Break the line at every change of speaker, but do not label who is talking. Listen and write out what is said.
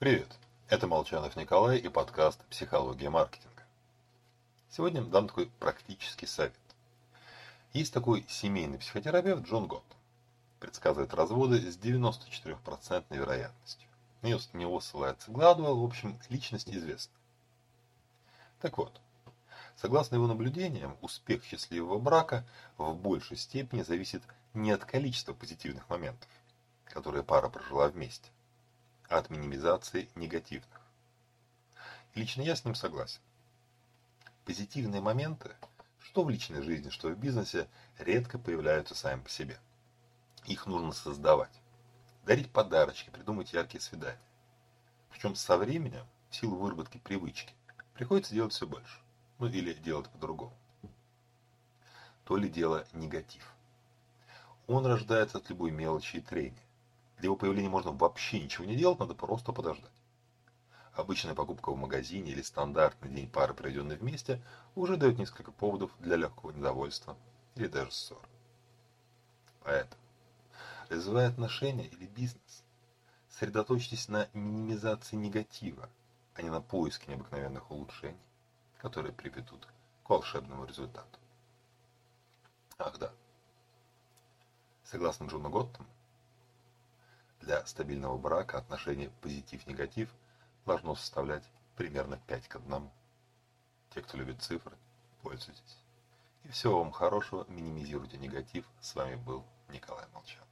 Привет, это Молчанов Николай и подкаст «Психология маркетинга». Сегодня дам такой практический совет. Есть такой семейный психотерапевт Джон Готт. Предсказывает разводы с 94% вероятностью. На него ссылается Гладуэлл, в общем, личность известна. Так вот, согласно его наблюдениям, успех счастливого брака в большей степени зависит не от количества позитивных моментов, которые пара прожила вместе, а от минимизации негативных. И лично я с ним согласен. Позитивные моменты, что в личной жизни, что в бизнесе, редко появляются сами по себе. Их нужно создавать. Дарить подарочки, придумать яркие свидания. Причем со временем, в силу выработки привычки, приходится делать все больше. Ну или делать по-другому. То ли дело негатив. Он рождается от любой мелочи и трения. Для его появления можно вообще ничего не делать, надо просто подождать. Обычная покупка в магазине или стандартный день пары, проведенный вместе, уже дает несколько поводов для легкого недовольства или даже ссор. Поэтому, развивая отношения или бизнес, сосредоточьтесь на минимизации негатива, а не на поиске необыкновенных улучшений, которые приведут к волшебному результату. Ах да, согласно Джону Готтому, для стабильного брака отношение позитив-негатив должно составлять примерно 5:1. Те, кто любит цифры, пользуйтесь. И всего вам хорошего, минимизируйте негатив. С вами был Николай Молчанов.